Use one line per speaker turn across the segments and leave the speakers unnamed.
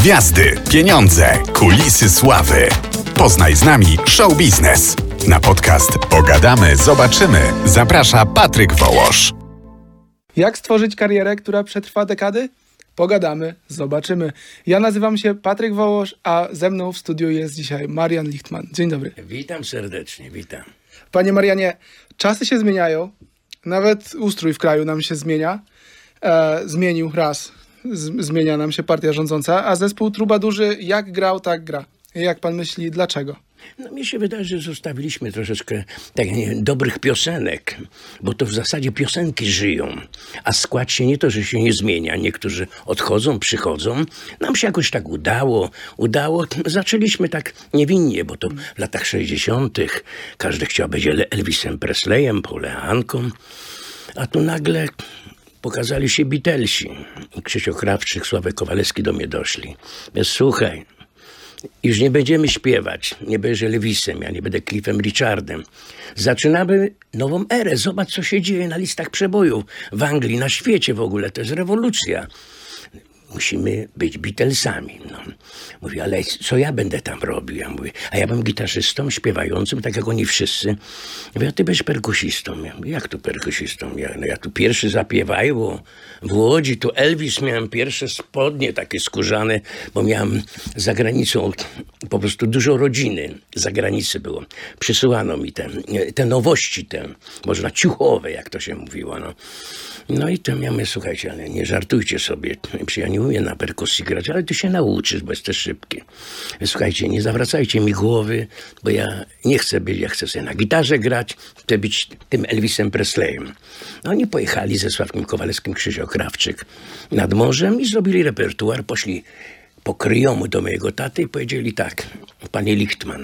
Gwiazdy, pieniądze, kulisy sławy. Poznaj z nami show biznes. Na podcast Pogadamy, zobaczymy. Zaprasza Patryk Wołosz.
Jak stworzyć karierę, która przetrwa dekady? Pogadamy, zobaczymy. Ja nazywam się Patryk Wołosz, a ze mną w studiu jest dzisiaj Marian Lichtman. Dzień dobry.
Witam serdecznie, witam.
Panie Marianie, czasy się zmieniają. Nawet ustrój w kraju nam się zmienia. Zmienił raz. Zmienia nam się partia rządząca, a zespół Trubadurzy jak grał, tak gra. Jak pan myśli, dlaczego?
No mi się wydaje, że zostawiliśmy troszeczkę dobrych piosenek, bo to w zasadzie piosenki żyją, a skład się nie to, że się nie zmienia. Niektórzy odchodzą, przychodzą. Nam się jakoś tak udało. Zaczęliśmy tak niewinnie, bo to w latach 60. każdy chciał być Elvisem Presleyem, Pauleanką, a tu nagle pokazali się Beatlesi. Krzysiu Krawczyk, Sławek Kowalewski do mnie doszli. Więc słuchaj, już nie będziemy śpiewać, nie będziesz Elvisem, ja nie będę Cliffem Richardem. Zaczynamy nową erę. Zobacz, co się dzieje na listach przebojów w Anglii, na świecie w ogóle. To jest rewolucja. Musimy być Beatlesami. No. Mówi, ale co ja będę tam robił? Ja mówię, a ja bym gitarzystą, śpiewającym, tak jak oni wszyscy. Mówię, a ty będziesz perkusistą. Ja mówię, jak tu perkusistą? Ja tu pierwszy zapiewaj, bo w Łodzi tu Elvis miałem pierwsze spodnie takie skórzane, bo miałem za granicą po prostu dużo rodziny. Za granicy było. Przysyłano mi te nowości, można ciuchowe, jak to się mówiło. No i to ja mówię, słuchajcie, ale nie żartujcie sobie. Ja nie umiem na perkusji grać, ale ty się nauczysz, bo jesteś szybki. Słuchajcie, nie zawracajcie mi głowy, bo ja nie chcę być, ja chcę sobie na gitarze grać, chcę być tym Elvisem Presleyem. No oni pojechali ze Sławkiem Kowalewskim, Krzysiu Krawczyk nad morzem i zrobili repertuar, poszli po kryjomu do mojego taty i powiedzieli tak, panie Lichtman,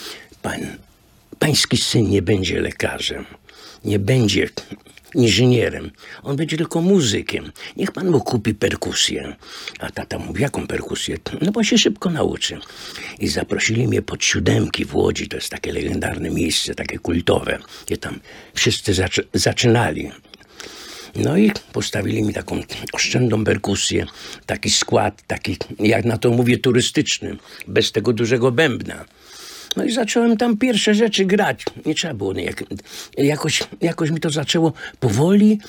pański syn nie będzie lekarzem, nie będzie inżynierem. On będzie tylko muzykiem. Niech pan mu kupi perkusję. A tata mówi, jaką perkusję? No bo się szybko nauczy. I zaprosili mnie pod Siódemki w Łodzi. To jest takie legendarne miejsce, takie kultowe, gdzie tam wszyscy zaczynali. No i postawili mi taką oszczędną perkusję, taki skład, taki, jak na to mówię, turystyczny, bez tego dużego bębna. No i zacząłem tam pierwsze rzeczy grać. Nie trzeba było. Jakoś mi to zaczęło powoli,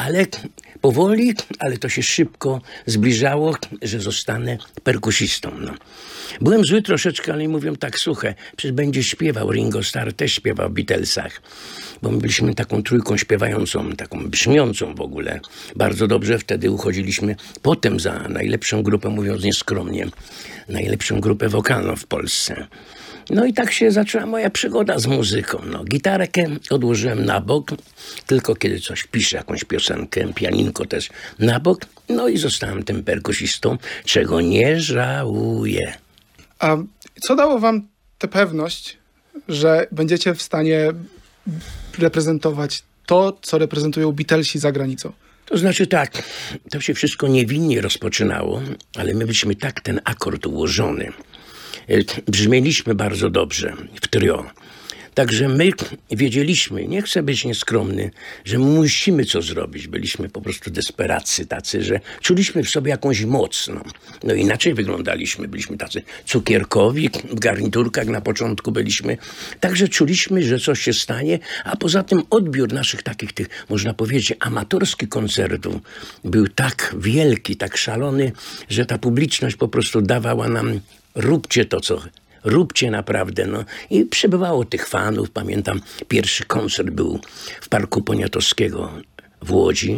ale to się szybko zbliżało, że zostanę perkusistą. No. Byłem zły troszeczkę, ale mówią tak, słuchaj, przecież będzie śpiewał. Ringo Starr też śpiewał w Beatlesach. Bo my byliśmy taką trójką śpiewającą, taką brzmiącą w ogóle. Bardzo dobrze wtedy uchodziliśmy potem za najlepszą grupę, mówiąc nieskromnie, najlepszą grupę wokalną w Polsce. No i tak się zaczęła moja przygoda z muzyką. No, gitarkę odłożyłem na bok, tylko kiedy coś piszę, jakąś piosenkę, pianinko też na bok. No i zostałem tym perkusistą, czego nie żałuję.
A co dało wam tę pewność, że będziecie w stanie reprezentować to, co reprezentują Beatlesi za granicą?
To znaczy tak, to się wszystko niewinnie rozpoczynało, ale my byliśmy tak ten akord ułożony. Brzmieliśmy bardzo dobrze w trio. Także my wiedzieliśmy, nie chcę być nieskromny, że musimy co zrobić. Byliśmy po prostu desperacy tacy, że czuliśmy w sobie jakąś moc. No inaczej wyglądaliśmy. Byliśmy tacy cukierkowi, w garniturkach na początku byliśmy. Także czuliśmy, że coś się stanie, a poza tym odbiór naszych takich, można powiedzieć, amatorskich koncertów był tak wielki, tak szalony, że ta publiczność po prostu dawała nam róbcie to, co róbcie naprawdę, no. I przybywało tych fanów. Pamiętam, pierwszy koncert był w Parku Poniatowskiego w Łodzi.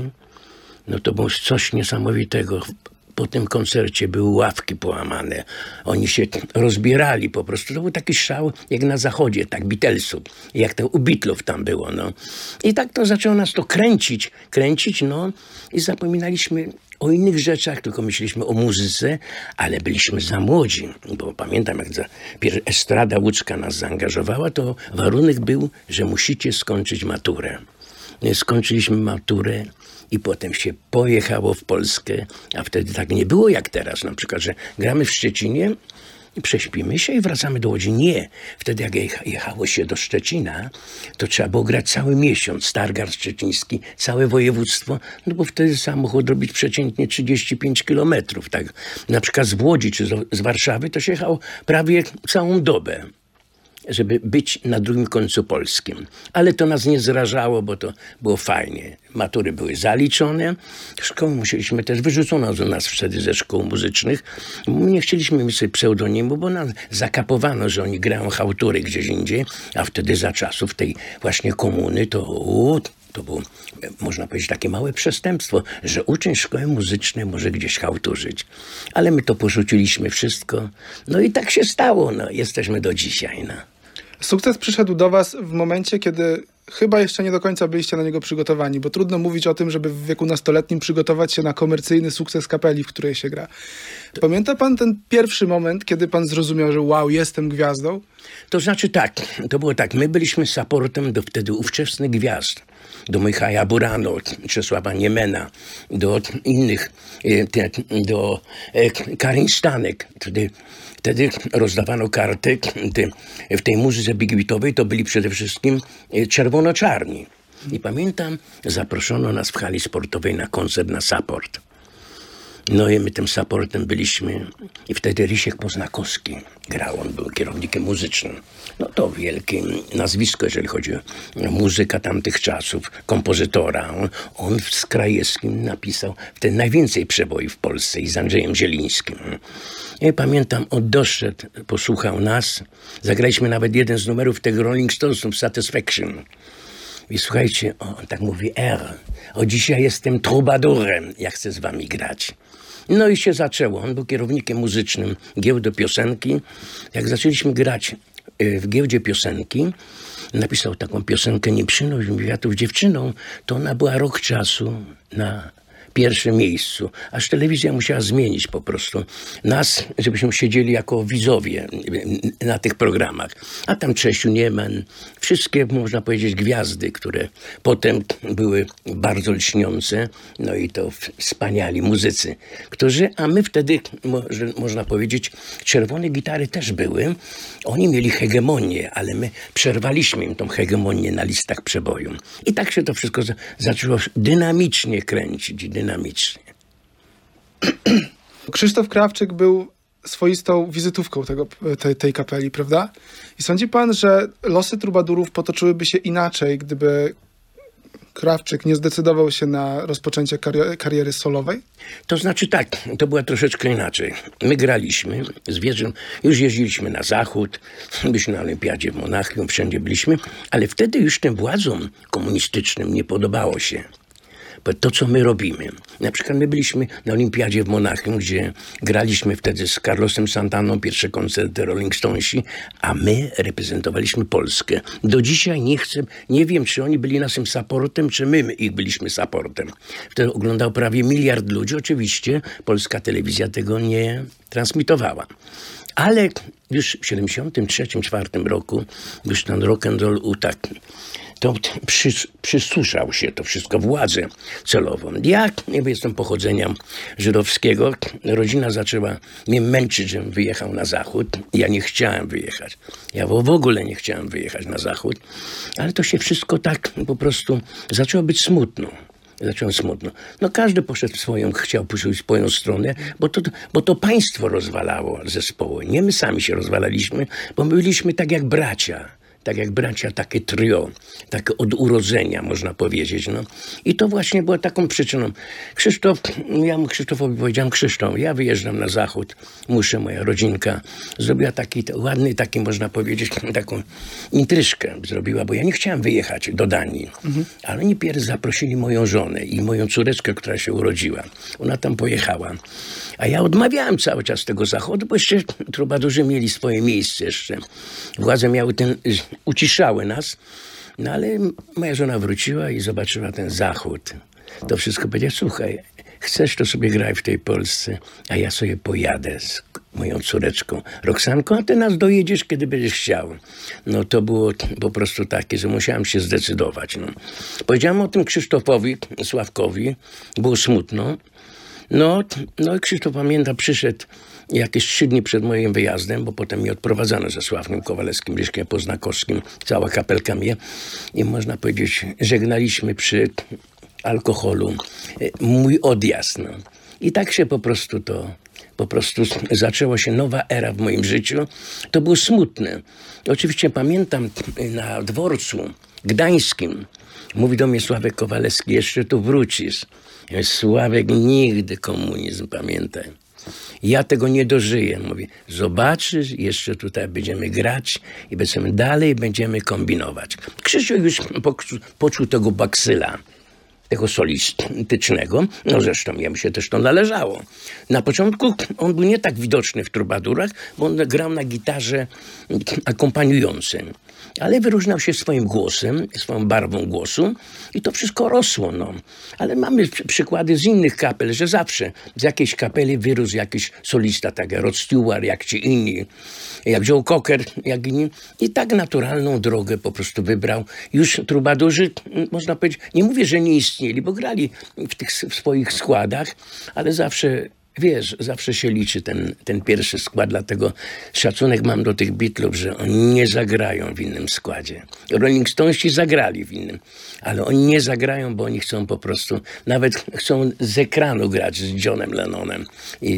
No to było coś niesamowitego. Po tym koncercie były ławki połamane. Oni się rozbierali po prostu. To był taki szał jak na zachodzie, tak Beatlesów. Jak to u Beatlów tam było, no. I tak to zaczęło nas to kręcić, no. I zapominaliśmy o innych rzeczach, tylko myśleliśmy o muzyce, ale byliśmy za młodzi. Bo pamiętam, jak Estrada Łódzka nas zaangażowała, to warunek był, że musicie skończyć maturę. Skończyliśmy maturę i potem się pojechało w Polskę, a wtedy tak nie było jak teraz. Na przykład, że gramy w Szczecinie prześpimy się i wracamy do Łodzi. Nie. Wtedy jak jechało się do Szczecina, to trzeba było grać cały miesiąc. Stargard Szczeciński, całe województwo, no bo wtedy samochód robić przeciętnie 35 kilometrów. Tak. Na przykład z Łodzi czy z Warszawy to się jechało prawie całą dobę, żeby być na drugim końcu polskim. Ale to nas nie zrażało, bo to było fajnie. Matury były zaliczone. Szkoły musieliśmy też, wyrzucono nas wtedy ze szkół muzycznych. Nie chcieliśmy mieć sobie pseudonimu, bo nas zakapowano, że oni grają chałtury gdzieś indziej, a wtedy za czasów tej właśnie komuny to było, można powiedzieć, takie małe przestępstwo, że uczeń szkoły muzycznej może gdzieś chałturzyć. Ale my to porzuciliśmy wszystko. No i tak się stało. No, jesteśmy do dzisiaj. No.
Sukces przyszedł do was w momencie, kiedy chyba jeszcze nie do końca byliście na niego przygotowani, bo trudno mówić o tym, żeby w wieku nastoletnim przygotować się na komercyjny sukces kapeli, w której się gra. Pamięta pan ten pierwszy moment, kiedy pan zrozumiał, że wow, jestem gwiazdą?
To znaczy tak, to było tak, my byliśmy supportem do wtedy ówczesnych gwiazd. Do Michaja Burano, Czesława Niemena, do innych, do Karin Stanek. Wtedy rozdawano karty w tej muzyce big-beatowej, to byli przede wszystkim czerwono-czarni. I pamiętam, zaproszono nas w hali sportowej na koncert na support. No i my tym supportem byliśmy i wtedy Rysiek Poznakowski grał, on był kierownikiem muzycznym. No to wielkie nazwisko, jeżeli chodzi o muzyka tamtych czasów, kompozytora. On z Krajewskim napisał wtedy najwięcej przebojów w Polsce i z Andrzejem Zielińskim. Ja pamiętam, on doszedł, posłuchał nas, zagraliśmy nawet jeden z numerów tego Rolling Stonesów, Satisfaction. I słuchajcie, on tak mówi, dzisiaj jestem troubadourem, ja chcę z wami grać. No i się zaczęło. On był kierownikiem muzycznym Giełdy Piosenki. Jak zaczęliśmy grać w Giełdzie Piosenki, napisał taką piosenkę Nie przynoś mi wiatrów dziewczyną, to ona była rok czasu na pierwszym miejscu. Aż telewizja musiała zmienić po prostu nas, żebyśmy siedzieli jako widzowie na tych programach. A tam Czesiu Nieman, wszystkie, można powiedzieć, gwiazdy, które potem były bardzo lśniące, no i to wspaniali muzycy, a my wtedy, można powiedzieć, czerwone gitary też były. Oni mieli hegemonię, ale my przerwaliśmy im tą hegemonię na listach przeboju. I tak się to wszystko zaczęło dynamicznie kręcić, dynamicznie.
Krzysztof Krawczyk był swoistą wizytówką tej kapeli, prawda? I sądzi pan, że losy trubadurów potoczyłyby się inaczej, gdyby Krawczyk nie zdecydował się na rozpoczęcie kariery solowej?
To znaczy tak, to była troszeczkę inaczej. My graliśmy z Wierzem, już jeździliśmy na zachód, byliśmy na Olimpiadzie w Monachium, wszędzie byliśmy, ale wtedy już tym władzom komunistycznym nie podobało się to, co my robimy. Na przykład my byliśmy na Olimpiadzie w Monachium, gdzie graliśmy wtedy z Carlosem Santaną pierwsze koncerty Rolling Stonesi, a my reprezentowaliśmy Polskę. Do dzisiaj nie wiem, czy oni byli naszym supportem, czy my ich byliśmy supportem. Wtedy oglądał prawie 1 miliard ludzi. Oczywiście polska telewizja tego nie transmitowała. Ale już w 1973-1974 roku już ten rock'n'roll utakł. To przysłuszał się to wszystko władzę celową. Ja jestem pochodzenia żydowskiego. Rodzina zaczęła mnie męczyć, żebym wyjechał na zachód. Ja nie chciałem wyjechać. Ja w ogóle nie chciałem wyjechać na zachód. Ale to się wszystko tak po prostu zaczęło być smutno. No każdy poszedł chciał pójść w swoją stronę, bo to państwo rozwalało zespoły. Nie my sami się rozwalaliśmy, bo my byliśmy tak jak bracia, takie trio, takie od urodzenia, można powiedzieć. No. I to właśnie było taką przyczyną. Ja mu Krzysztofowi powiedziałem, Krzysztof, ja wyjeżdżam na zachód, moja rodzinka zrobiła taki ładny, można powiedzieć, taką intryżkę zrobiła, bo ja nie chciałem wyjechać do Danii. Ale oni pierw zaprosili moją żonę i moją córeczkę, która się urodziła. Ona tam pojechała. A ja odmawiałem cały czas tego zachodu, bo jeszcze trubadurzy mieli swoje miejsce jeszcze. Władze uciszały nas, no ale moja żona wróciła i zobaczyła ten zachód. To wszystko powiedziała, słuchaj, chcesz, to sobie graj w tej Polsce, a ja sobie pojadę z moją córeczką Roxanką, a ty nas dojedziesz, kiedy będziesz chciał. No to było po prostu takie, że musiałem się zdecydować. No. Powiedziałem o tym Krzysztofowi, Sławkowi, było smutno. No Krzysztof, pamięta, przyszedł jakieś 3 dni przed moim wyjazdem, bo potem mnie odprowadzano ze Sławkiem Kowalewskim, Ryszkiem Poznakowskim, cała kapelka mnie i można powiedzieć, żegnaliśmy przy alkoholu mój odjazd. No. I tak się po prostu zaczęła się nowa era w moim życiu. To było smutne. Oczywiście pamiętam na dworcu gdańskim mówi do mnie Sławek Kowalewski, jeszcze tu wrócisz. Ja mówię, Sławek, nigdy komunizm, pamiętaj. Ja tego nie dożyję. Mówi, zobaczysz, jeszcze tutaj będziemy grać i dalej będziemy kombinować. Krzysiu już poczuł tego baksyla, tego solistycznego. No zresztą jemu się też to należało. Na początku on był nie tak widoczny w trubadurach, bo on grał na gitarze akompaniującej. Ale wyróżniał się swoim głosem, swoją barwą głosu i to wszystko rosło. No. Ale mamy przykłady z innych kapel, że zawsze z jakiejś kapeli wyrósł jakiś solista, tak jak Rod Stewart, jak ci inni, jak Joe Cocker, jak inni. I tak naturalną drogę po prostu wybrał. Już trubadurzy, można powiedzieć, nie mówię, że nie istnieli, bo grali w swoich składach, ale zawsze... Wiesz, zawsze się liczy ten pierwszy skład, dlatego szacunek mam do tych Beatlesów, że oni nie zagrają w innym składzie. Rolling Stonesi zagrali w innym, ale oni nie zagrają, bo oni chcą po prostu, nawet chcą z ekranu grać z Johnem Lennonem i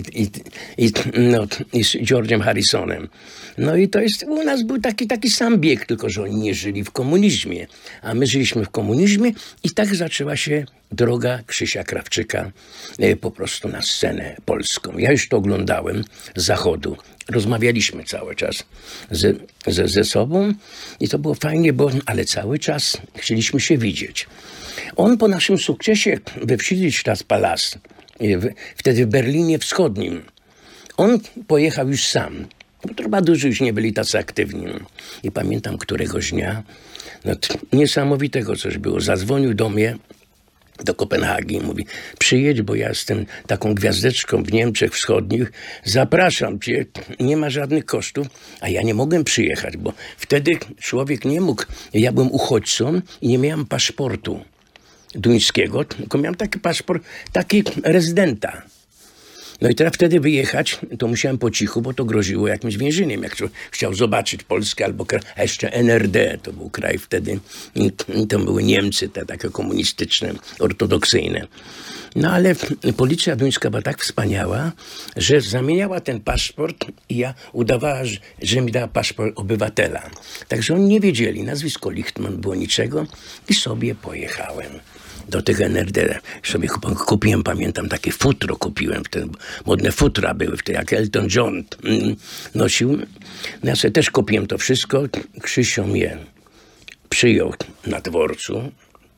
z George'em Harrisonem. No i to jest, u nas był taki sam bieg, tylko że oni nie żyli w komunizmie, a my żyliśmy w komunizmie i tak zaczęła się droga Krzysia Krawczyka po prostu na scenę polską. Ja już to oglądałem z zachodu. Rozmawialiśmy cały czas ze sobą i to było fajnie, ale cały czas chcieliśmy się widzieć. On po naszym sukcesie we Friedrichstadtpalast, wtedy w Berlinie Wschodnim, on pojechał już sam. Bo trubadurzy już nie byli tacy aktywni. I pamiętam któregoś dnia, niesamowitego coś było. Zadzwonił do mnie do Kopenhagi. Mówi, przyjedź, bo ja jestem taką gwiazdeczką w Niemczech Wschodnich. Zapraszam cię, nie ma żadnych kosztów. A ja nie mogłem przyjechać, bo wtedy człowiek nie mógł. Ja byłem uchodźcą i nie miałem paszportu duńskiego, tylko miałem taki paszport, taki rezydenta. No i teraz wtedy wyjechać, to musiałem po cichu, bo to groziło jakimś więzieniem. Jak chciał zobaczyć Polskę albo a jeszcze NRD, to był kraj wtedy, to były Niemcy, te takie komunistyczne, ortodoksyjne. No ale policja duńska była tak wspaniała, że zamieniała ten paszport i ja udawała, że mi dała paszport obywatela. Także oni nie wiedzieli, nazwisko Lichtman było niczego i sobie pojechałem do tych NRD. Sobie kupiłem, pamiętam, takie futro kupiłem wtedy. Modne futra były wtedy, jak Elton John nosił. No ja sobie też kupiłem to wszystko. Krzysio mnie przyjął na dworcu.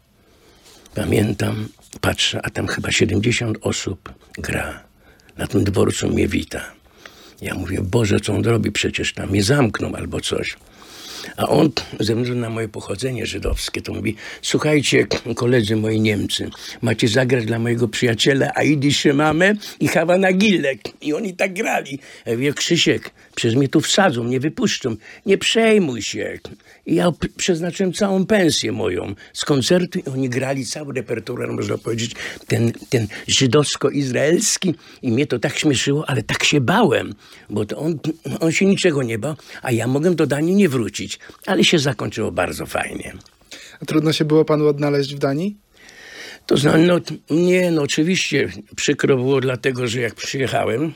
Pamiętam, patrzę, a tam chyba 70 osób gra. Na tym dworcu mnie wita. Ja mówię, Boże, co on robi? Przecież tam mnie zamkną albo coś. A on, ze względu na moje pochodzenie żydowskie, to mówi, słuchajcie, koledzy moi Niemcy, macie zagrać dla mojego przyjaciela Aidi Szymamę i Hawana Gillek. I oni tak grali. Ja mówię, Krzysiek, przecież mnie tu wsadzą, nie wypuszczą. Nie przejmuj się. I ja przeznaczyłem całą pensję moją z koncertu i oni grali cały repertuar, można powiedzieć, ten żydowsko-izraelski i mnie to tak śmieszyło, ale tak się bałem, bo to on się niczego nie bał, a ja mogłem do Danii nie wrócić, ale się zakończyło bardzo fajnie.
A trudno się było panu odnaleźć w Danii?
To oczywiście przykro było, dlatego że jak przyjechałem,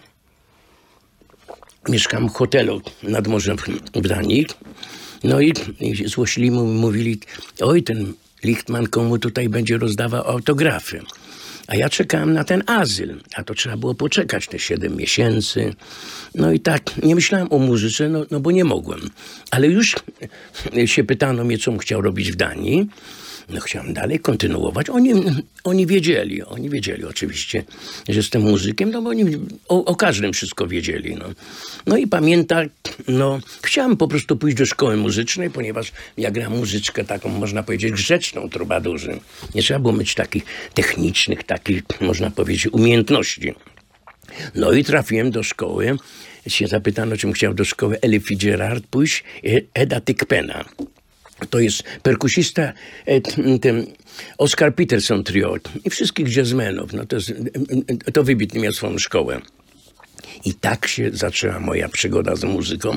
mieszkam w hotelu nad morzem w Danii. No i złośliwi mówili, oj, ten Lichtman komu tutaj będzie rozdawał autografy. A ja czekałem na ten azyl, a to trzeba było poczekać te 7 miesięcy. No i tak, nie myślałem o muzyce, no bo nie mogłem. Ale już się pytano mnie, co bym chciał robić w Danii. No chciałem dalej kontynuować. Oni wiedzieli oczywiście, że jestem muzykiem, no bo oni o każdym wszystko wiedzieli. No i pamiętam, chciałem po prostu pójść do szkoły muzycznej, ponieważ ja grałem muzyczkę taką, można powiedzieć, grzeczną trubadurzy. Nie trzeba było mieć takich technicznych, takich, można powiedzieć, umiejętności. No i trafiłem do szkoły. Się zapytano, czym chciał do szkoły Ellie Fitzgerald pójść, Eda Thigpena. To jest perkusista ten Oscar Peterson Trio i wszystkich jazzmenów. No to wybitnie miał swoją szkołę. I tak się zaczęła moja przygoda z muzyką.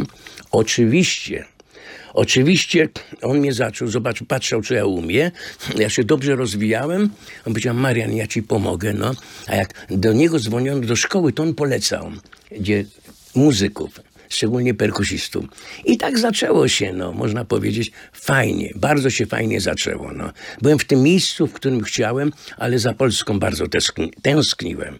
Oczywiście on mnie zaczął, patrzał, co ja umiem. Ja się dobrze rozwijałem. On powiedział, Marian, ja ci pomogę. No. A jak do niego dzwoniono do szkoły, to on polecał muzyków, szczególnie perkusistów. I tak zaczęło się, no, można powiedzieć, fajnie. Bardzo się fajnie zaczęło. No. Byłem w tym miejscu, w którym chciałem, ale za Polską bardzo tęskniłem.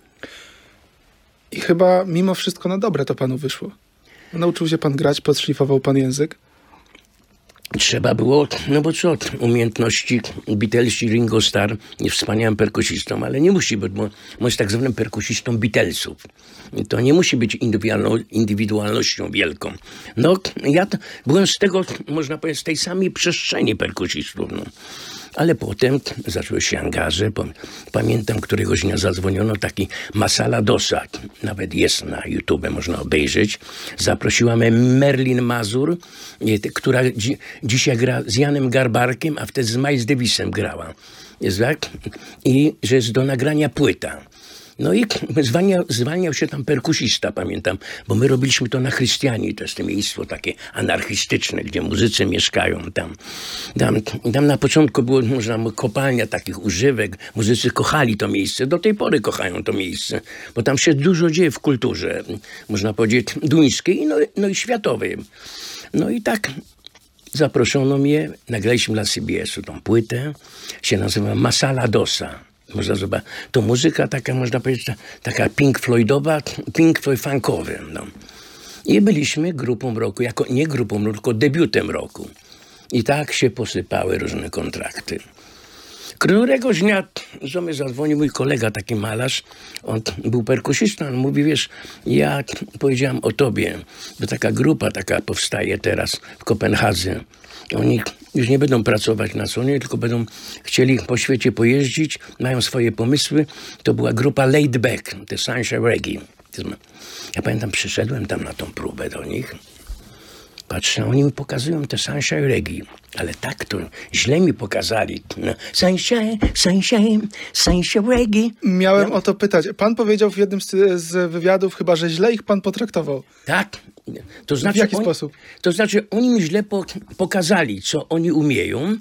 I chyba mimo wszystko na dobre to panu wyszło. Nauczył się pan grać, podszlifował pan język.
Trzeba było, no bo co, umiejętności Beatlesi, Ringo Starr jest wspaniałym perkusistą, ale nie musi być, bo jest tak zwanym perkusistą Beatlesów. To nie musi być indywidualnością wielką. No, ja byłem z tego, można powiedzieć, z tej samej przestrzeni perkusistów, no. Ale potem zaczęły się angaże. Pamiętam, któregoś dnia zadzwoniono taki Masala Dosa. Nawet jest na YouTube, można obejrzeć. Zaprosiła mnie Merlin Mazur, która dzisiaj gra z Janem Garbarkiem, a wtedy z Miles Davisem grała. I że jest do nagrania płyta. No i zwalniał się tam perkusista, pamiętam, bo my robiliśmy to na Chrystianii, to jest to miejsce takie anarchistyczne, gdzie muzycy mieszkają. Tam na początku było kopalnia takich używek, muzycy kochali to miejsce, do tej pory kochają to miejsce, bo tam się dużo dzieje w kulturze, można powiedzieć, duńskiej, no i światowej. No i tak zaproszono mnie, nagraliśmy dla CBS-u tą płytę, się nazywa Masala Dosa. Można zobaczyć, to muzyka taka, można powiedzieć, taka Pink Floydowa, Pink Floyd funkowy. No. I byliśmy grupą roku, nie grupą roku, tylko debiutem roku. I tak się posypały różne kontrakty. Któregoś dnia do mnie zadzwonił mój kolega, taki malarz, on był perkusistą, on mówi, wiesz, ja powiedziałem o tobie, bo taka grupa taka powstaje teraz w Kopenhadze. Oni już nie będą pracować na Sony, tylko będą chcieli po świecie pojeździć, mają swoje pomysły. To była grupa Laid Back, The Sunshine Reggae. Ja pamiętam, przyszedłem tam na tą próbę do nich. Patrzę, oni mi pokazują te Sunshine Reggae, ale tak to źle mi pokazali. No, Sunshine Reggae.
Miałem o to pytać. Pan powiedział w jednym z wywiadów chyba, że źle ich pan potraktował.
Tak. To znaczy,
w jaki sposób?
To znaczy, oni mi źle pokazali, co oni umieją.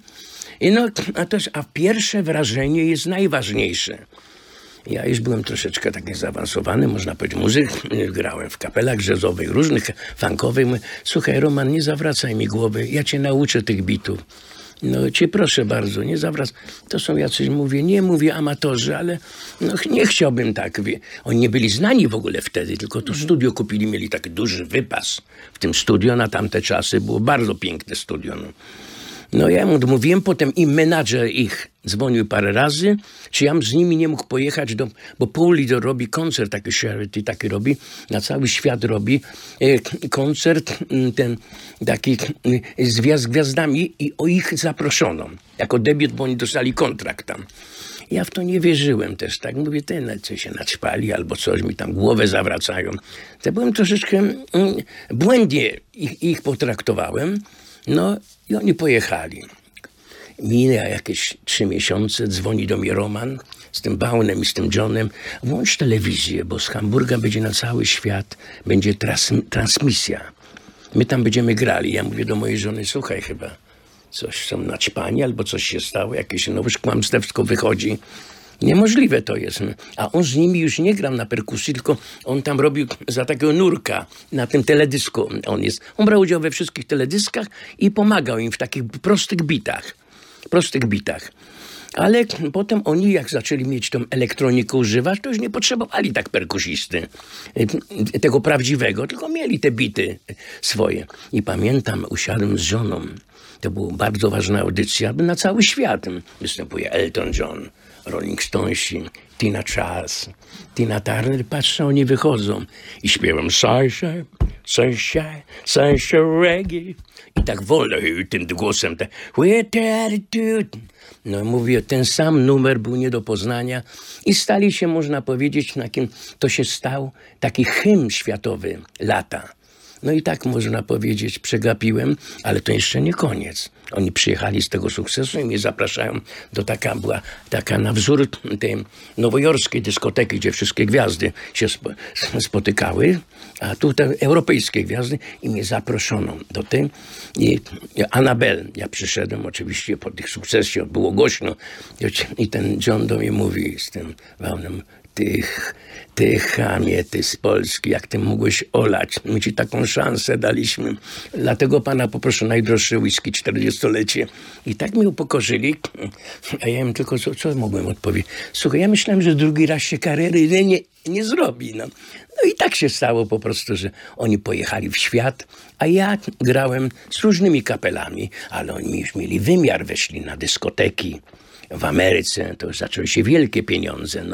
A pierwsze wrażenie jest najważniejsze. Ja już byłem troszeczkę taki zaawansowany, można powiedzieć, muzyk. Grałem w kapelach jazzowych, różnych funkowych. Mówię, słuchaj, Roman, nie zawracaj mi głowy, ja cię nauczę tych bitów. No cię proszę bardzo, nie zawracaj. To są jacyś, nie mówię amatorzy, ale nie chciałbym tak. Oni nie byli znani w ogóle wtedy, tylko to studio kupili, mieli taki duży wypas. W tym studio na tamte czasy było bardzo piękne studio. No ja mu mówiłem, potem i menadżer ich dzwonił parę razy, czy ja z nimi nie mógł pojechać, bo Paul Lido robi koncert, taki charity, taki robi, na cały świat robi koncert ten taki z gwiazdami i o ich zaproszono jako debiut, bo oni dostali kontrakt tam. Ja w to nie wierzyłem też, tak mówię, co się naćpali albo coś mi tam głowę zawracają. To byłem troszeczkę błędnie ich potraktowałem. No i oni pojechali. Minęło jakieś 3 miesiące, dzwoni do mnie Roman z tym Baunem i z tym Johnem. Włącz telewizję, bo z Hamburga będzie na cały świat, będzie transmisja. My tam będziemy grali. Ja mówię do mojej żony, słuchaj, chyba coś są naćpani albo coś się stało, jakieś nowość kłamstewsko wychodzi. Niemożliwe to jest. A on z nimi już nie grał na perkusji, tylko on tam robił za takiego nurka na tym teledysku. On brał udział we wszystkich teledyskach i pomagał im w takich prostych bitach. Ale potem oni, jak zaczęli mieć tą elektronikę używać, to już nie potrzebowali tak perkusisty, tego prawdziwego, tylko mieli te bity swoje. I pamiętam, usiadłem z żoną. To była bardzo ważna audycja, bo na cały świat występuje Elton John, Rolling Stonesi, Tina Charles, Tina Turner. Patrzę, oni wychodzą i śpiewam Sunshine Reggae. I tak wolno tym głosem, with attitude. No mówię, ten sam numer był nie do poznania i stali się, można powiedzieć, to się stał taki hymn światowy lata. No i tak można powiedzieć, przegapiłem, ale to jeszcze nie koniec. Oni przyjechali z tego sukcesu i mnie zapraszają do była taka na wzór tej nowojorskiej dyskoteki, gdzie wszystkie gwiazdy się spotykały, a tutaj europejskie gwiazdy i mnie zaproszono do tej. I Annabelle, ja przyszedłem oczywiście po tych sukcesie, było głośno i ten John do mnie mówi z tym wałnem: Ty chamie, ty z Polski, jak ty mogłeś olać? My ci taką szansę daliśmy. Dlatego pana poproszę najdroższe whisky 40-lecie. I tak mnie upokorzyli. A ja im tylko, co mogłem odpowiedzieć? Słuchaj, ja myślałem, że drugi raz się kariery nie zrobi. No i tak się stało po prostu, że oni pojechali w świat, a ja grałem z różnymi kapelami, ale oni już mieli wymiar, weszli na dyskoteki. W Ameryce to już zaczęły się wielkie pieniądze.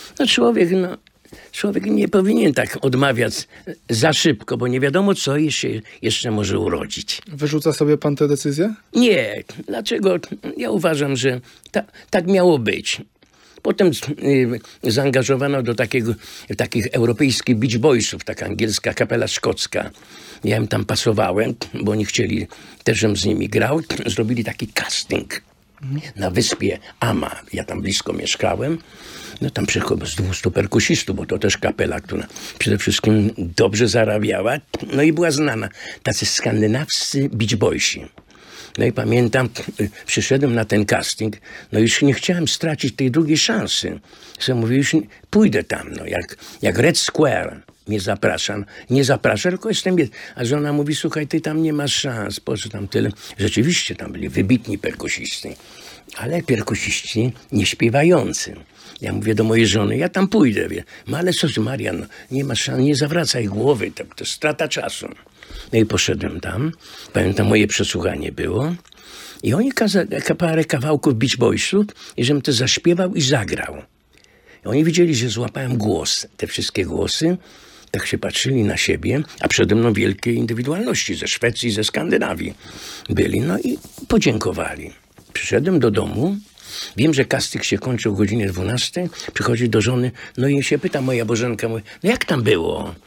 Człowiek nie powinien tak odmawiać za szybko, bo nie wiadomo, co jeszcze może urodzić.
Wyrzuca sobie pan tę decyzję?
Nie. Dlaczego? Ja uważam, że tak miało być. Potem zaangażowano do takich europejskich Beach Boysów, taka angielska kapela szkocka. Ja im tam pasowałem, bo oni chcieli też, żebym z nimi grał. Zrobili taki casting na wyspie Ama. Ja tam blisko mieszkałem. No tam przyszło z 200 perkusistów, bo to też kapela, która przede wszystkim dobrze zarabiała. No i była znana. Tacy skandynawscy Beach Boysi. No i pamiętam, przyszedłem na ten casting, no już nie chciałem stracić tej drugiej szansy. So mówię, już pójdę tam, no jak Red Square mnie nie zaprasza, tylko jestem... A żona mówi: słuchaj, ty tam nie masz szans, po co tam tyle? Rzeczywiście tam byli wybitni perkusisty, ale perkusiści nie śpiewający. Ja mówię do mojej żony: ja tam pójdę, wie. No ale co, Marian, nie masz szans, nie zawracaj głowy, to strata czasu. No i poszedłem tam, pamiętam, moje przesłuchanie było i oni parę kawałków Beach Boysów i żebym to zaśpiewał i zagrał. I oni widzieli, że złapałem głos, te wszystkie głosy, tak się patrzyli na siebie, a przede mną wielkie indywidualności ze Szwecji, ze Skandynawii byli, no i podziękowali. Przyszedłem do domu, wiem, że casting się kończył o godzinie 12, przychodzi do żony, no i się pyta moja Bożenka, mówi: no jak tam było?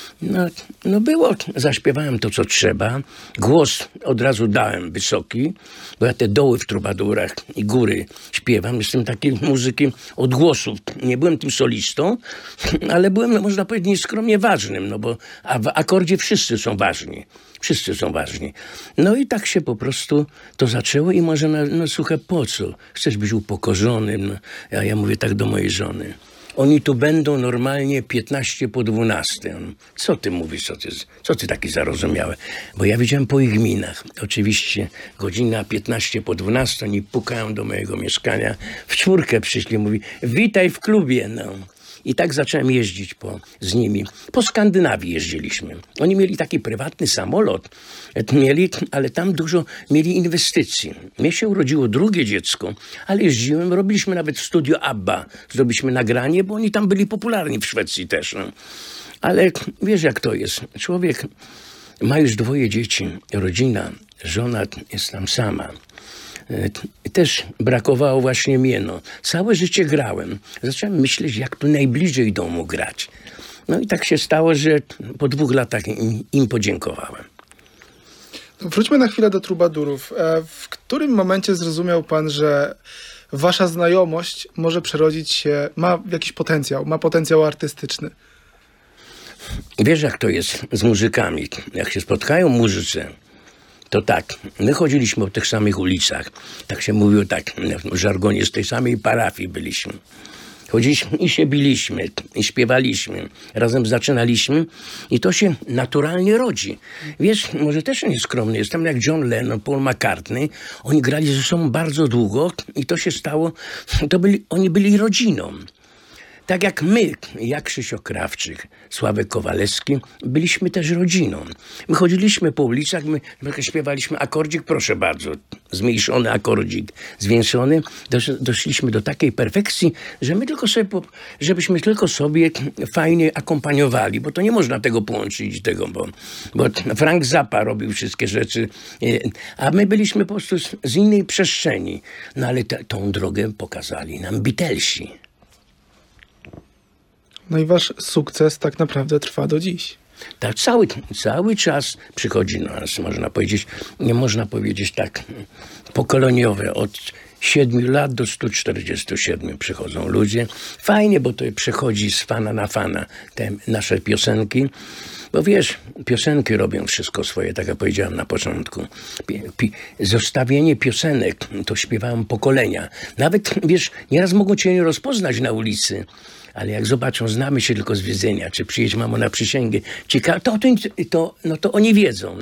No było, zaśpiewałem to, co trzeba. Głos od razu dałem wysoki, bo ja te doły w trubadurach i góry śpiewam. Jestem taki muzykiem od głosów. Nie byłem tym solistą, ale byłem, można powiedzieć, nieskromnie ważnym, no bo w akordzie wszyscy są ważni. Wszyscy są ważni. No i tak się po prostu to zaczęło i może, no słuchaj, po co? Chcesz być upokorzonym? No, ja mówię tak do mojej żony: oni tu będą normalnie 15 po 12. Co ty mówisz? Co ty taki zarozumiały? Bo ja widziałem po ich minach. Oczywiście godzina 15 po 12 oni pukają do mojego mieszkania. W 4 przyszli, mówi: witaj w klubie. No. I tak zacząłem jeździć z nimi. Po Skandynawii jeździliśmy. Oni mieli taki prywatny samolot, ale tam dużo mieli inwestycji. Mnie się urodziło drugie dziecko, ale jeździłem, robiliśmy nawet w studio ABBA. Zrobiliśmy nagranie, bo oni tam byli popularni w Szwecji też. No. Ale wiesz, jak to jest. Człowiek ma już 2 dzieci, rodzina, żona jest tam sama. Też brakowało właśnie mnie. No. Całe życie grałem. Zacząłem myśleć, jak tu najbliżej domu grać. No i tak się stało, że po 2 latach im podziękowałem.
No, wróćmy na chwilę do trubadurów. W którym momencie zrozumiał pan, że wasza znajomość może przerodzić się, ma jakiś potencjał, ma potencjał artystyczny?
Wiesz, jak to jest z muzykami. Jak się spotkają muzycy, to tak, my chodziliśmy po tych samych ulicach. Tak się mówiło, tak w żargonie, z tej samej parafii byliśmy. Chodziliśmy i się biliśmy, i śpiewaliśmy. Razem zaczynaliśmy i to się naturalnie rodzi. Wiesz, może też nieskromny jestem, jak John Lennon, Paul McCartney. Oni grali ze sobą bardzo długo i to się stało, oni byli rodziną. Tak jak my, jak Krzysztof Krawczyk, Sławek Kowalewski, byliśmy też rodziną. My chodziliśmy po ulicach, my śpiewaliśmy akordzik, proszę bardzo, zmniejszony akordzik, zwiększony. Doszliśmy do takiej perfekcji, że my tylko sobie, żebyśmy tylko sobie fajnie akompaniowali, bo to nie można tego połączyć, bo Frank Zappa robił wszystkie rzeczy, a my byliśmy po prostu z innej przestrzeni. No ale tą drogę pokazali nam Beatlesi.
No i wasz sukces tak naprawdę trwa do dziś.
Tak, cały czas przychodzi do nas, można powiedzieć tak, pokoleniowe, od 7 lat do 147 przychodzą ludzie. Fajnie, bo to przechodzi z fana na fana, te nasze piosenki. Bo wiesz, piosenki robią wszystko swoje, tak jak powiedziałem na początku. Zostawienie piosenek to śpiewają pokolenia. Nawet, wiesz, nieraz mogą cię nie rozpoznać na ulicy, ale jak zobaczą, znamy się tylko z widzenia, czy przyjedź mamo na przysięgę, to oni wiedzą.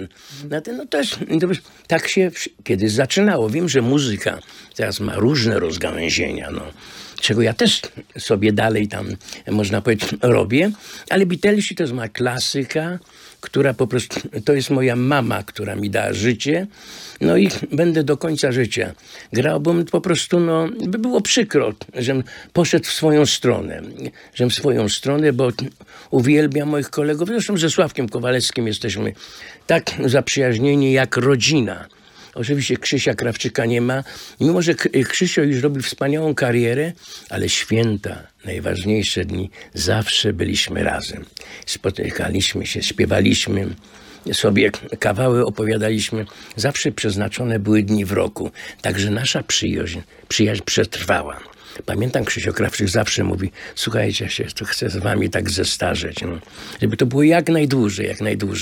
Tak się kiedyś zaczynało. Wiem, że muzyka teraz ma różne rozgałęzienia, czego ja też sobie dalej tam, można powiedzieć, robię, ale Beatlesi to jest moja klasyka, która po prostu, to jest moja mama, która mi dała życie, i będę do końca życia grał, bo po prostu, by było przykro, żem poszedł w swoją stronę, bo uwielbiam moich kolegów, zresztą ze Sławkiem Kowalewskim jesteśmy tak zaprzyjaźnieni jak rodzina. Oczywiście Krzysia Krawczyka nie ma, mimo że Krzysio już robi wspaniałą karierę, ale święta, najważniejsze dni, zawsze byliśmy razem. Spotykaliśmy się, śpiewaliśmy, sobie kawały opowiadaliśmy. Zawsze przeznaczone były dni w roku. Także nasza przyjaźń przetrwała. Pamiętam, Krzysio Krawczyk zawsze mówi, słuchajcie, ja się chcę z wami tak zestarzeć, żeby to było jak najdłużej.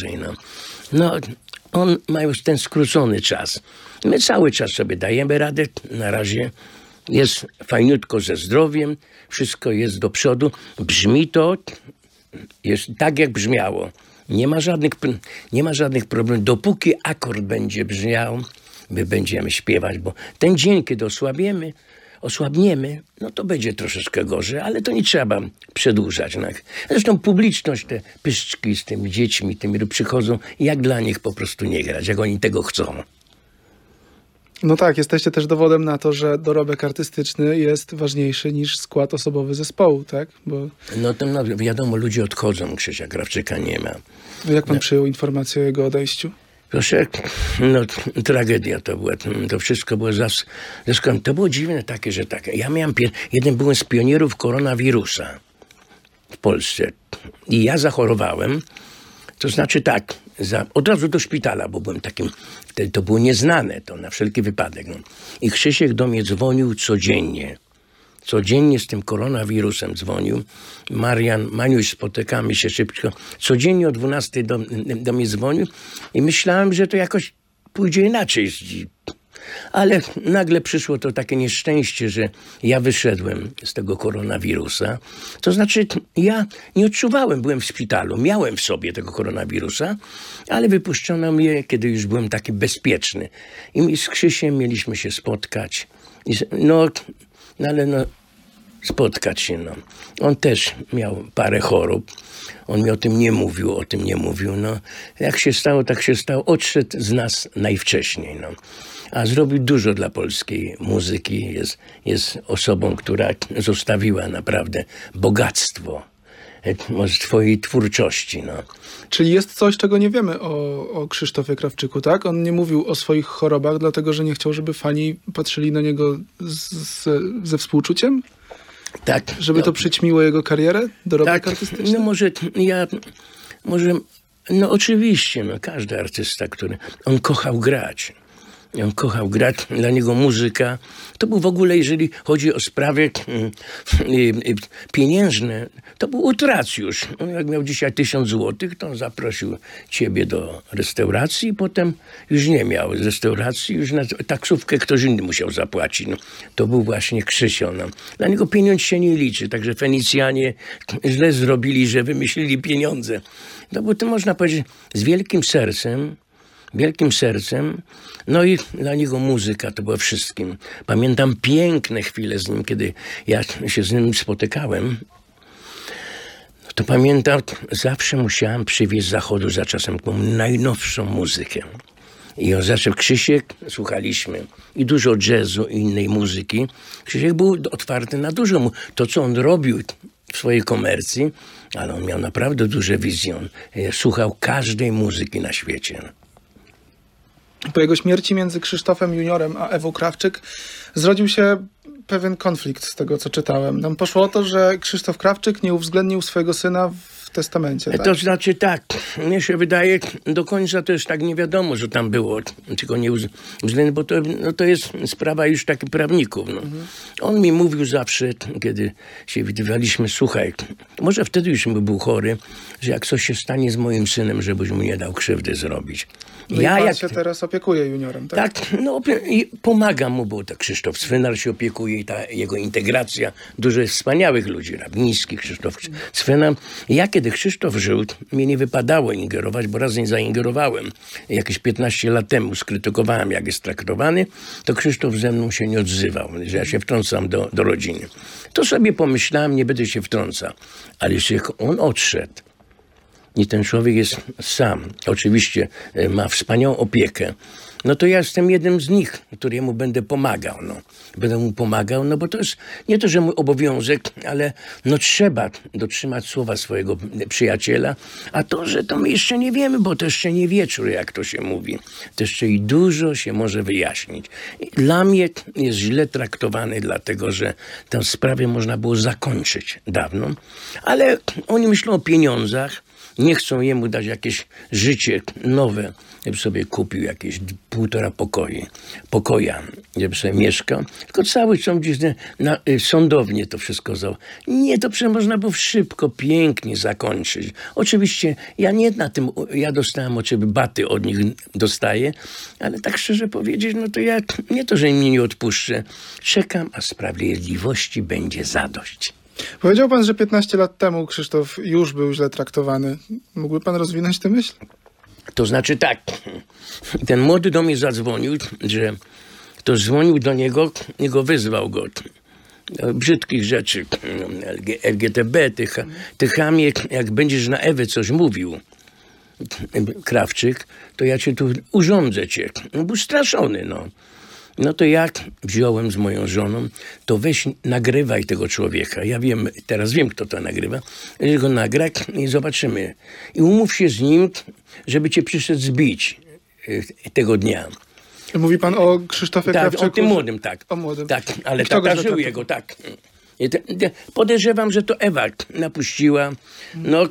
On ma już ten skrócony czas. My cały czas sobie dajemy radę. Na razie jest fajniutko ze zdrowiem. Wszystko jest do przodu. Brzmi to jest tak, jak brzmiało. Nie ma żadnych problemów. Dopóki akord będzie brzmiał, my będziemy śpiewać, bo ten dzień, kiedy osłabniemy, to będzie troszeczkę gorzej, ale to nie trzeba przedłużać. Zresztą publiczność, te pyszczki z tymi dziećmi, tymi przychodzą, jak dla nich po prostu nie grać, jak oni tego chcą.
No tak, jesteście też dowodem na to, że dorobek artystyczny jest ważniejszy niż skład osobowy zespołu, tak?
Wiadomo, ludzie odchodzą, Krzysia Krawczyka nie ma.
Jak pan przyjął informację o jego odejściu?
Proszę, tragedia to była. To wszystko było zresztą to było dziwne takie, że tak. Ja byłem z pionierów koronawirusa w Polsce i ja zachorowałem. To znaczy tak, od razu do szpitala, bo byłem takim, wtedy to było nieznane, to na wszelki wypadek. I Krzysiek do mnie dzwonił codziennie. Codziennie z tym koronawirusem dzwonił. Maniuś, spotykamy się szybko. Codziennie o 12 do mnie dzwonił i myślałem, że to jakoś pójdzie inaczej. Ale nagle przyszło to takie nieszczęście, że ja wyszedłem z tego koronawirusa. To znaczy, ja nie odczuwałem, byłem w szpitalu, miałem w sobie tego koronawirusa, ale wypuszczono mnie, kiedy już byłem taki bezpieczny. I z Krzysiem mieliśmy się spotkać. Spotkać się. On też miał parę chorób. On mi o tym nie mówił. Jak się stało, tak się stało. Odszedł z nas najwcześniej. A zrobił dużo dla polskiej muzyki. Jest osobą, która zostawiła naprawdę bogactwo swojej twórczości.
Czyli jest coś, czego nie wiemy o Krzysztofie Krawczyku, tak? On nie mówił o swoich chorobach, dlatego że nie chciał, żeby fani patrzyli na niego ze współczuciem?
Tak.
Żeby to przyćmiło jego karierę, dorobek artystyczny?
Oczywiście, każdy artysta, on kochał grać. Dla niego muzyka. To był w ogóle, jeżeli chodzi o sprawy pieniężne, to był utracjusz. On jak miał dzisiaj 1000 złotych, to on zaprosił ciebie do restauracji, potem już nie miał restauracji, już na taksówkę ktoś inny musiał zapłacić. To był właśnie Krzysio. Dla niego pieniądz się nie liczy, także Fenicjanie źle zrobili, że wymyślili pieniądze. To było, to można powiedzieć, z wielkim sercem, i dla niego muzyka to było wszystkim. Pamiętam piękne chwile z nim, kiedy ja się z nim spotykałem. To pamiętam, zawsze musiałem przywieźć z zachodu za czasem tą najnowszą muzykę. I on zaczął, Krzysiek, słuchaliśmy i dużo jazzu i innej muzyki. Krzysiek był otwarty na dużo. To, co on robił w swojej komercji, ale on miał naprawdę duże wizje. On słuchał każdej muzyki na świecie.
Po jego śmierci między Krzysztofem Juniorem a Ewą Krawczyk zrodził się pewien konflikt z tego, co czytałem. Nam poszło o to, że Krzysztof Krawczyk nie uwzględnił swojego syna w w testamencie, tak?
To znaczy tak, mnie się wydaje, do końca to jest tak nie wiadomo, że tam było, tylko nie uwzględnię, bo to jest sprawa już takich prawników. No. On mi mówił zawsze, kiedy się widywaliśmy, słuchaj, może wtedy już był chory, że jak coś się stanie z moim synem, żebyś mu nie dał krzywdy zrobić.
No ja, i pan się teraz opiekuje juniorem, tak?
Tak, no i pomagam mu, bo tak Krzysztof Cwynar się opiekuje i ta jego integracja, dużo jest wspaniałych ludzi, Rabiński, Krzysztof Cwynar. Ja kiedy Krzysztof żył, mnie nie wypadało ingerować, bo raz nie zaingerowałem. Jakieś 15 lat temu skrytykowałem, jak jest traktowany, to Krzysztof ze mną się nie odzywał, że ja się wtrącam do rodziny. To sobie pomyślałem, nie będę się wtrącał. Ale jeśli on odszedł, i ten człowiek jest sam, oczywiście ma wspaniałą opiekę, no to ja jestem jednym z nich, któremu będę pomagał. No. Będę mu pomagał, no bo to jest nie to, że mój obowiązek, ale no trzeba dotrzymać słowa swojego przyjaciela, a to, że to my jeszcze nie wiemy, bo to jeszcze nie wieczór, jak to się mówi. To jeszcze i dużo się może wyjaśnić. Dla mnie jest źle traktowany, dlatego że tę sprawę można było zakończyć dawno, ale oni myślą o pieniądzach, nie chcą jemu dać jakieś życie nowe, żeby sobie kupił jakieś 1,5 pokoja, żeby sobie mieszkał. Tylko cały czas gdzieś na sądownie to wszystko Nie, to przecież można było szybko, pięknie zakończyć. Oczywiście ja nie na tym, ja dostałem oczywiście baty od nich dostaję, ale tak szczerze powiedzieć, no to ja nie to, że mnie nie odpuszczę. Czekam, a sprawiedliwości będzie zadość.
Powiedział pan, że 15 lat temu Krzysztof już był źle traktowany. Mógłby pan rozwinąć tę myśl?
To znaczy tak, ten młody do mnie zadzwonił, że ktoś dzwonił do niego i go wyzwał go. Brzydkich rzeczy, LGTB, tych chamie, jak będziesz na Ewę coś mówił, Krawczyk, to ja cię tu urządzę cię. Był straszony, no. No to jak wziąłem z moją żoną, to weź nagrywaj tego człowieka. Ja wiem, teraz wiem, kto to nagrywa. Go nagraj i zobaczymy. I umów się z nim, żeby cię przyszedł zbić tego dnia.
Mówi pan o Krzysztofie Krawczyku?
Tak, o tym młodym, tak.
O młodym.
Tak, ale tata żył jego, tak. Podejrzewam, że to Ewa napuściła. No,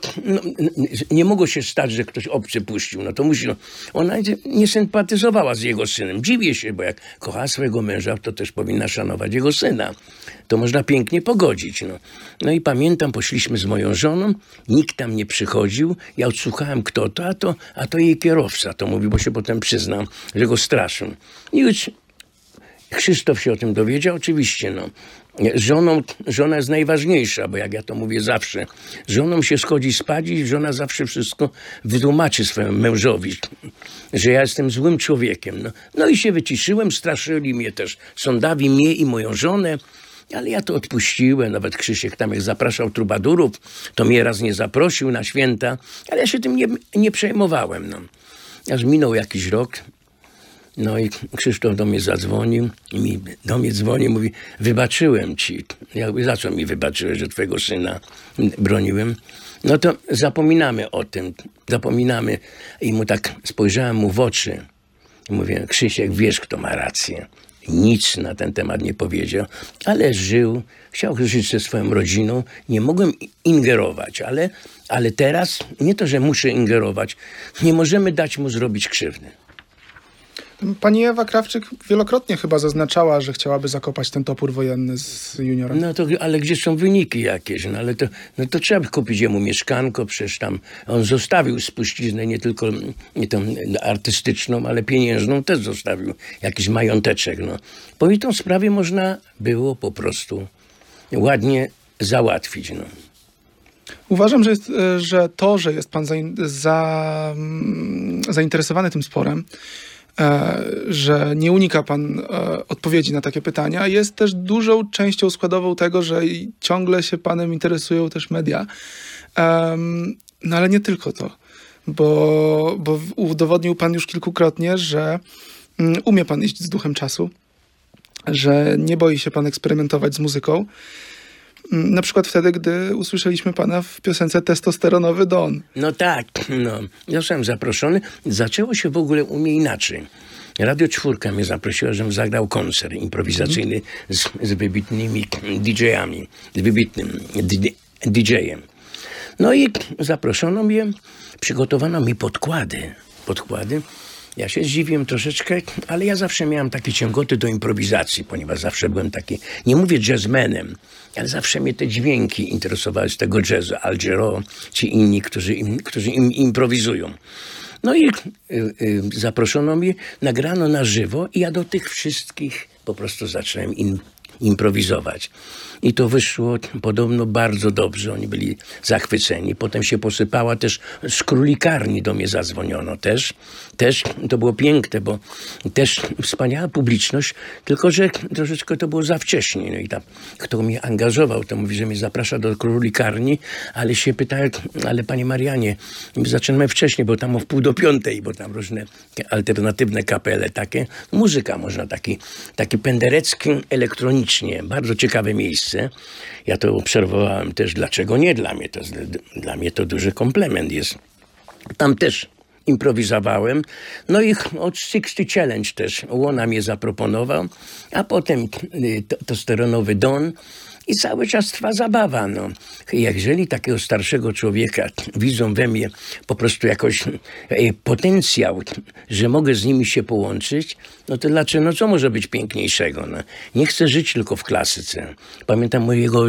nie mogło się stać, że ktoś obcy puścił. No to musi. No, ona nie sympatyzowała z jego synem. Dziwię się, bo jak kocha swojego męża, to też powinna szanować jego syna. To można pięknie pogodzić. No i pamiętam, poszliśmy z moją żoną, nikt tam nie przychodził. Ja odsłuchałem, kto to, a to jej kierowca. To mówi, bo się potem przyznam, że go straszył. I już Krzysztof się o tym dowiedział, oczywiście, no. Żona jest najważniejsza, bo jak ja to mówię zawsze, żoną się schodzi spać i żona zawsze wszystko wytłumaczy swojemu mężowi, że ja jestem złym człowiekiem. No i się wyciszyłem, straszyli mnie też sądawi, mnie i moją żonę, ale ja to odpuściłem, nawet Krzysiek tam jak zapraszał trubadurów, to mnie raz nie zaprosił na święta, ale ja się tym nie przejmowałem. No. Aż minął jakiś rok. No i Krzysztof do mnie zadzwonił i do mnie dzwoni, mówi, wybaczyłem ci. Ja mówię, za co mi wybaczyłeś, że twojego syna broniłem? No to zapominamy o tym, zapominamy. I mu tak spojrzałem mu w oczy i mówię, Krzysiek, wiesz, kto ma rację. Nic na ten temat nie powiedział, ale żył, chciał żyć ze swoją rodziną. Nie mogłem ingerować, ale teraz nie to, że muszę ingerować, nie możemy dać mu zrobić krzywdy.
Pani Ewa Krawczyk wielokrotnie chyba zaznaczała, że chciałaby zakopać ten topór wojenny z juniorem.
No to, ale gdzie są wyniki jakieś? No ale to trzeba kupić jemu mieszkanko, przecież tam on zostawił spuściznę nie tylko tą artystyczną, ale pieniężną też zostawił. Jakiś mająteczek, no. Bo i tą sprawę można było po prostu ładnie załatwić, no.
Uważam, że to, że jest pan zainteresowany tym sporem, że nie unika pan odpowiedzi na takie pytania, jest też dużą częścią składową tego, że ciągle się panem interesują też media. No ale nie tylko to, bo udowodnił pan już kilkukrotnie, że umie pan iść z duchem czasu, że nie boi się pan eksperymentować z muzyką. Na przykład wtedy, gdy usłyszeliśmy pana w piosence Testosteronowy Don.
No tak, no. Ja zostałem zaproszony. Zaczęło się w ogóle u mnie inaczej. Radio 4 mnie zaprosiła, żebym zagrał koncert improwizacyjny z wybitnymi DJ-ami, z wybitnym DJ-em. No i zaproszono mnie, przygotowano mi podkłady. Ja się zdziwiłem troszeczkę, ale ja zawsze miałem takie ciągoty do improwizacji, ponieważ zawsze byłem taki, nie mówię jazzmenem, ale zawsze mnie te dźwięki interesowały z tego jazzu, Al Jarreau czy inni, którzy improwizują. No i zaproszono mnie, nagrano na żywo i ja do tych wszystkich po prostu zacząłem improwizować. I to wyszło podobno bardzo dobrze. Oni byli zachwyceni. Potem się posypała też z królikarni, do mnie zadzwoniono też. To było piękne, bo też wspaniała publiczność, tylko że troszeczkę to było za wcześnie. No i tam, kto mnie angażował, to mówi, że mnie zaprasza do królikarni, ale się pytałem, ale panie Marianie, zaczynamy wcześniej, bo tam o 4:30, bo tam różne alternatywne kapele, takie. Muzyka można, taki penderecki elektronicznie. Bardzo ciekawe miejsce. Ja to obserwowałem też, dlaczego nie dla mnie to duży komplement jest. Tam też improwizowałem. No i od 60 Challenge też Łona mnie zaproponował, a potem testosteronowy Don. I cały czas trwa zabawa. No. Jeżeli takiego starszego człowieka widzą we mnie po prostu jakoś potencjał, że mogę z nimi się połączyć, no to dlaczego? No co może być piękniejszego? No. Nie chcę żyć tylko w klasyce. Pamiętam mojego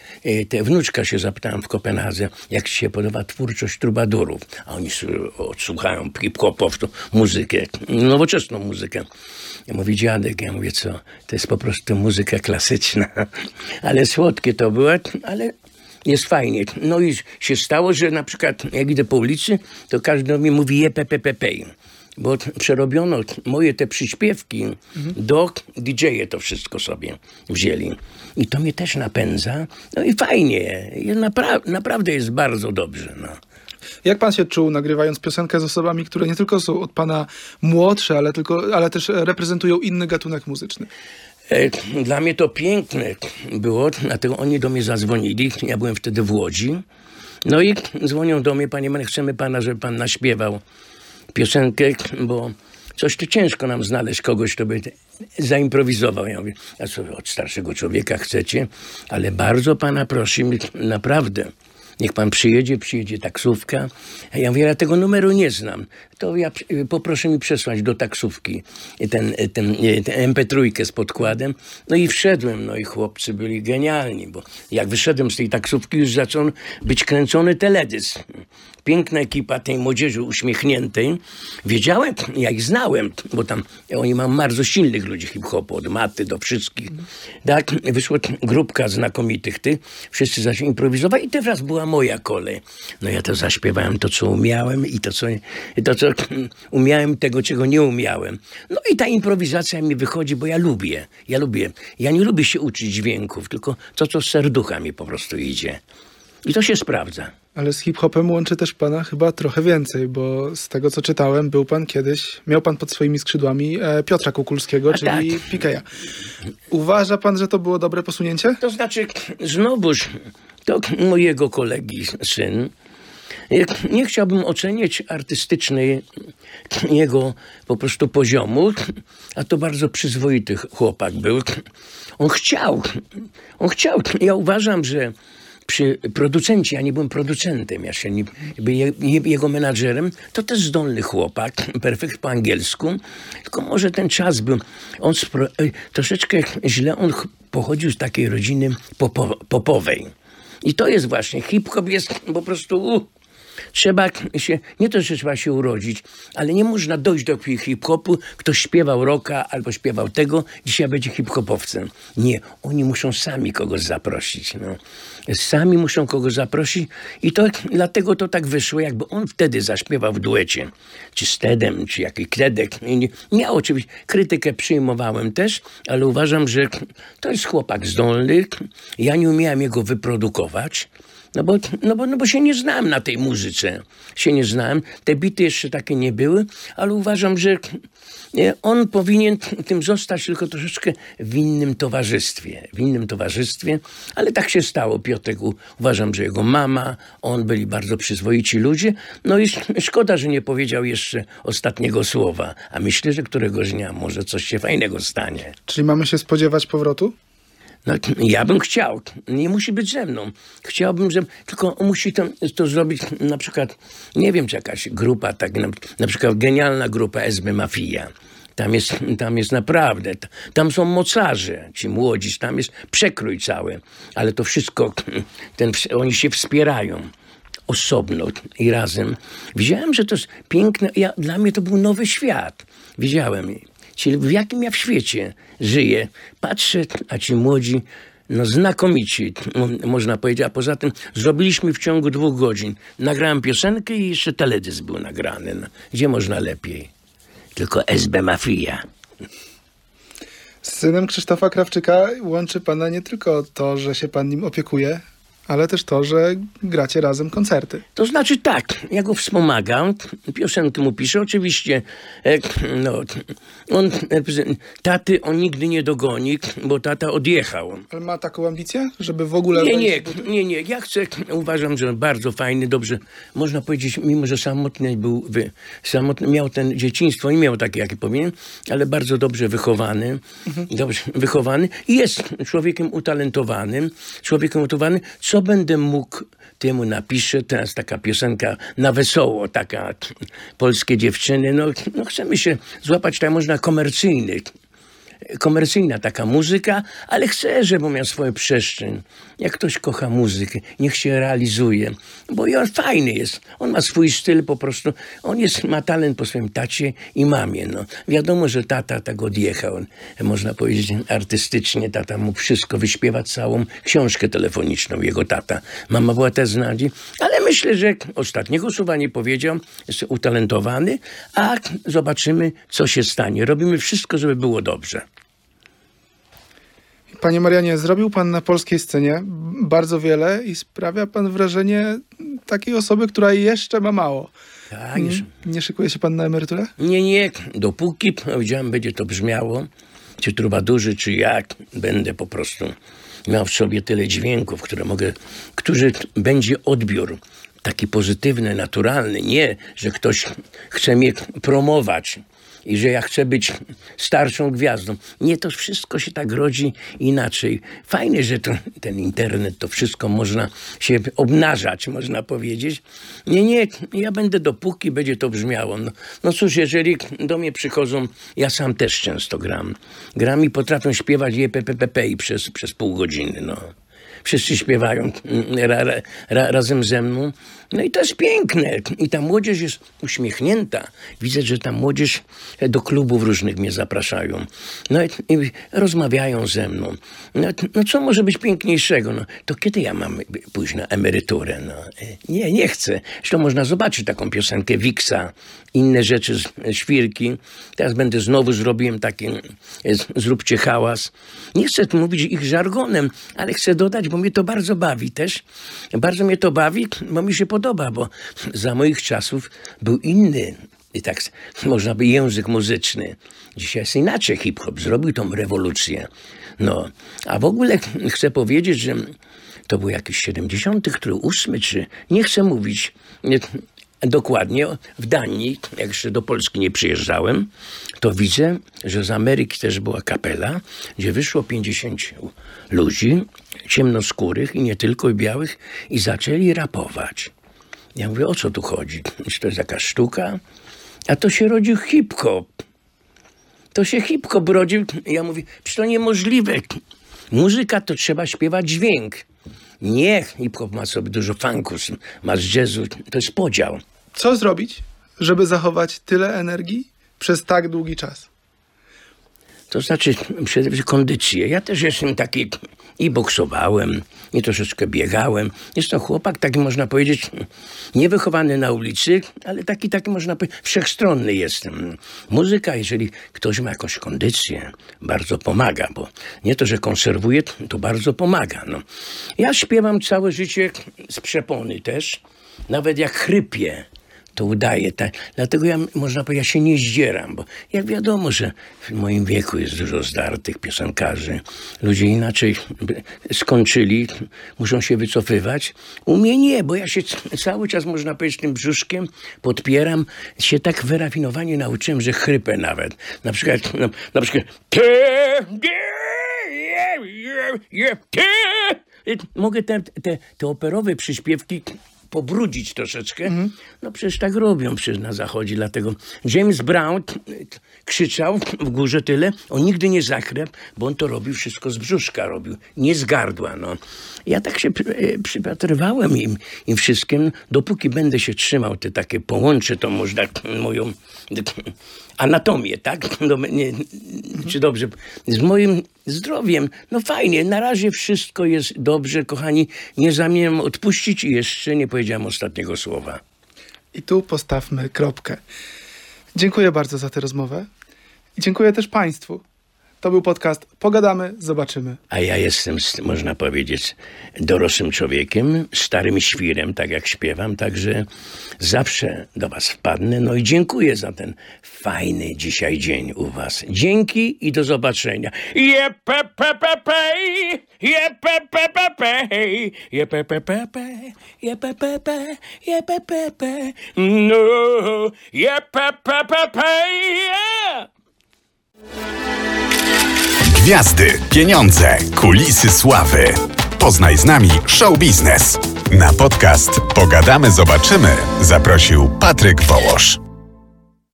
wnuczka się zapytałem w Kopenhadze, jak się podoba twórczość trubadurów. A oni odsłuchają hip-hopową muzykę, nowoczesną muzykę. Ja mówię, dziadek, ja mówię, co? To jest po prostu muzyka klasyczna. Ale słodkie to było, ale jest fajnie. No i się stało, że na przykład jak idę po ulicy, to każdy mi mówi jepepepepe. Bo przerobiono moje te przyśpiewki do DJ-e to wszystko sobie wzięli. I to mnie też napędza. No i fajnie. Naprawdę jest bardzo dobrze. No.
Jak pan się czuł, nagrywając piosenkę z osobami, które nie tylko są od pana młodsze, ale też reprezentują inny gatunek muzyczny?
Dla mnie to piękne było, dlatego oni do mnie zadzwonili. Ja byłem wtedy w Łodzi. No i dzwonią do mnie, panie Marek, chcemy pana, żeby pan naśpiewał piosenkę, bo coś tu ciężko nam znaleźć kogoś, kto by zaimprowizował. Ja mówię, a co od starszego człowieka chcecie? Ale bardzo pana prosimy, naprawdę. Niech pan przyjedzie taksówka. Ja mówię, ja tego numeru nie znam. To ja poproszę mi przesłać do taksówki ten MP3 z podkładem. No i wszedłem, no i chłopcy byli genialni, bo jak wyszedłem z tej taksówki, już zaczął być kręcony teledysk. Piękna ekipa tej młodzieży uśmiechniętej. Wiedziałem, ja ich znałem, bo tam oni mają bardzo silnych ludzi hip-hopu, od Maty do wszystkich. Tak, wyszła grupka znakomitych tych. Wszyscy zaczęli improwizować i teraz była moja kolej. No ja to zaśpiewałem to, co umiałem i to, co umiałem, tego, czego nie umiałem. No i ta improwizacja mi wychodzi, bo ja lubię. Ja nie lubię się uczyć dźwięków, tylko to, co z serducha mi po prostu idzie. I to się sprawdza.
Ale z hip-hopem łączy też pana chyba trochę więcej, bo z tego, co czytałem, miał pan pod swoimi skrzydłami Piotra Kukulskiego, czyli tak. Pikeja. Uważa pan, że to było dobre posunięcie?
To znaczy, znowuż, to mojego kolegi syn. Nie chciałbym oceniać artystycznej jego po prostu poziomu, a to bardzo przyzwoity chłopak był. On chciał. Ja uważam, że przy producencie, ja nie byłem producentem, ja się nie jego menadżerem, to też zdolny chłopak, perfekt po angielsku, tylko może ten czas był, on troszeczkę źle, on pochodził z takiej rodziny popowej. I to jest właśnie, hip-hop jest po prostu trzeba się, nie to, że trzeba się urodzić, ale nie można dojść do hip-hopu, ktoś śpiewał rocka albo śpiewał tego, dzisiaj będzie hip-hopowcem. Nie, oni muszą sami kogoś zaprosić. No. Sami muszą kogoś zaprosić i to dlatego to tak wyszło, jakby on wtedy zaśpiewał w duecie, czy z Tedem, czy jakiś Tedek. Ja oczywiście krytykę przyjmowałem też, ale uważam, że to jest chłopak zdolny. Ja nie umiałem jego wyprodukować. No bo się nie znałem na tej muzyce. Te bity jeszcze takie nie były, ale uważam, że on powinien tym zostać tylko troszeczkę w innym towarzystwie. Ale tak się stało. Piotrek, uważam, że jego mama, on byli bardzo przyzwoici ludzie. No i szkoda, że nie powiedział jeszcze ostatniego słowa. A myślę, że któregoś dnia może coś się fajnego stanie.
Czyli mamy się spodziewać powrotu?
No, ja bym chciał. Nie musi być ze mną. Chciałbym, żeby... Tylko musi to zrobić na przykład, nie wiem, czy jakaś grupa, tak na przykład genialna grupa SB Mafia. Tam jest naprawdę, tam są mocarze, ci młodzi, tam jest przekrój cały. Ale to wszystko, oni się wspierają osobno i razem. Widziałem, że to jest piękne. Dla mnie to był nowy świat. Widziałem. Czyli w jakim ja w świecie żyję. Patrzę, a ci młodzi, no znakomici, można powiedzieć. A poza tym zrobiliśmy w ciągu 2 godzin. Nagrałem piosenkę i jeszcze teledysk był nagrany. No, gdzie można lepiej? Tylko SB Mafia.
Z synem Krzysztofa Krawczyka łączy pana nie tylko to, że się pan nim opiekuje, ale też to, że gracie razem koncerty.
To znaczy tak, ja go wspomagam, piosenkę mu piszę, oczywiście, taty on nigdy nie dogoni, bo tata odjechał.
Ale ma taką ambicję, żeby w ogóle...
Nie, ja uważam, że bardzo fajny, dobrze, można powiedzieć, mimo że samotny był, miał ten dzieciństwo, nie miał takie, jakie powinien, ale bardzo dobrze wychowany, i jest człowiekiem utalentowanym, co będę mógł, temu napiszę. Teraz taka piosenka na wesoło, taka polskie dziewczyny. No chcemy się złapać, tak można komercyjna taka muzyka, ale chcę, żeby miał swoją przestrzeń. Jak ktoś kocha muzykę, niech się realizuje. Bo on fajny jest. On ma swój styl po prostu. Ma talent po swoim tacie i mamie. No. Wiadomo, że tata tak odjechał. Można powiedzieć artystycznie. Tata mógł wszystko wyśpiewać, całą książkę telefoniczną, jego tata. Mama była też znani. Ale myślę, że ostatnie głosowanie powiedział, jest utalentowany, a zobaczymy, co się stanie. Robimy wszystko, żeby było dobrze.
Panie Marianie, zrobił pan na polskiej scenie bardzo wiele i sprawia pan wrażenie takiej osoby, która jeszcze ma mało.
Tak.
Nie szykuje się pan na emeryturę?
Nie. Dopóki, powiedziałem, będzie to brzmiało, czy trubadurzy, czy jak, będę po prostu miał w sobie tyle dźwięków, którzy będzie odbiór taki pozytywny, naturalny. Nie, że ktoś chce mnie promować i że ja chcę być starszą gwiazdą. Nie, to wszystko się tak rodzi inaczej. Fajne, że ten internet, to wszystko można się obnażać, można powiedzieć. Nie, ja będę dopóki będzie to brzmiało. No cóż, jeżeli do mnie przychodzą, ja sam też często gram. Gram i potrafią śpiewać i przez pół godziny, no. Wszyscy śpiewają razem ze mną. No i to jest piękne. I ta młodzież jest uśmiechnięta. Widzę, że ta młodzież do klubów różnych mnie zapraszają. No i rozmawiają ze mną. No co może być piękniejszego? No, to kiedy ja mam pójść na emeryturę? No, nie chcę. Zresztą można zobaczyć taką piosenkę Wiksa, inne rzeczy z Świrki. Teraz zrobiłem taki Zróbcie hałas. Nie chcę tu mówić ich żargonem, ale chcę dodać, bo mnie to bardzo bawi też. Bardzo mnie to bawi, bo mi się podoba, bo za moich czasów był inny, i tak można by język muzyczny. Dzisiaj jest inaczej hip-hop, zrobił tą rewolucję. No, a w ogóle chcę powiedzieć, że to był jakiś 78, czy nie chcę mówić dokładnie, w Danii, jak jeszcze do Polski nie przyjeżdżałem, to widzę, że z Ameryki też była kapela, gdzie wyszło 50 ludzi, ciemnoskórych i nie tylko, i białych, i zaczęli rapować. Ja mówię, o co tu chodzi? Czy to jest jakaś sztuka? A to się rodził hip-hop. To się hip-hop rodził. Ja mówię, przecież to niemożliwe. Muzyka to trzeba śpiewać dźwięk. Nie, hip-hop ma sobie dużo funku, ma z jazzu. To jest podział.
Co zrobić, żeby zachować tyle energii przez tak długi czas?
To znaczy przede wszystkim kondycję. Ja też jestem taki i boksowałem, i troszeczkę biegałem. Jest to chłopak, taki można powiedzieć, niewychowany na ulicy, ale taki można powiedzieć, wszechstronny jestem. Muzyka, jeżeli ktoś ma jakąś kondycję, bardzo pomaga, bo nie to, że konserwuje, to bardzo pomaga. No. Ja śpiewam całe życie z przepony też, nawet jak chrypię. To udaje. Dlatego można powiedzieć, ja się nie zdzieram, bo jak wiadomo, że w moim wieku jest dużo zdartych piosenkarzy. Ludzie inaczej skończyli, muszą się wycofywać. U mnie nie, bo ja się cały czas, można powiedzieć, tym brzuszkiem podpieram. Się tak wyrafinowanie nauczyłem, że chrypę nawet. Na przykład Mogę te operowe przyśpiewki pobrudzić troszeczkę. No przecież tak robią na zachodzie, dlatego James Brown krzyczał w górze tyle, on nigdy nie zachrypł, bo on to robił wszystko z brzuszka, robił, nie z gardła, no. Ja tak się przypatrywałem im wszystkim, dopóki będę się trzymał, te takie połączę to można moją anatomię, tak? No, czy dobrze, z moim zdrowiem, no fajnie, na razie wszystko jest dobrze, kochani, nie zamierzam odpuścić i jeszcze nie powiedziałem ostatniego słowa.
I tu postawmy kropkę. Dziękuję bardzo za tę rozmowę i dziękuję też Państwu. To był podcast Pogadamy, zobaczymy.
A ja jestem, można powiedzieć, dorosłym człowiekiem, starym świrem, tak jak śpiewam, także zawsze do was wpadnę. No i dziękuję za ten fajny dzisiaj dzień u was. Dzięki i do zobaczenia.
Gwiazdy, pieniądze, kulisy sławy. Poznaj z nami show biznes. Na podcast Pogadamy, zobaczymy zaprosił Patryk Wołosz.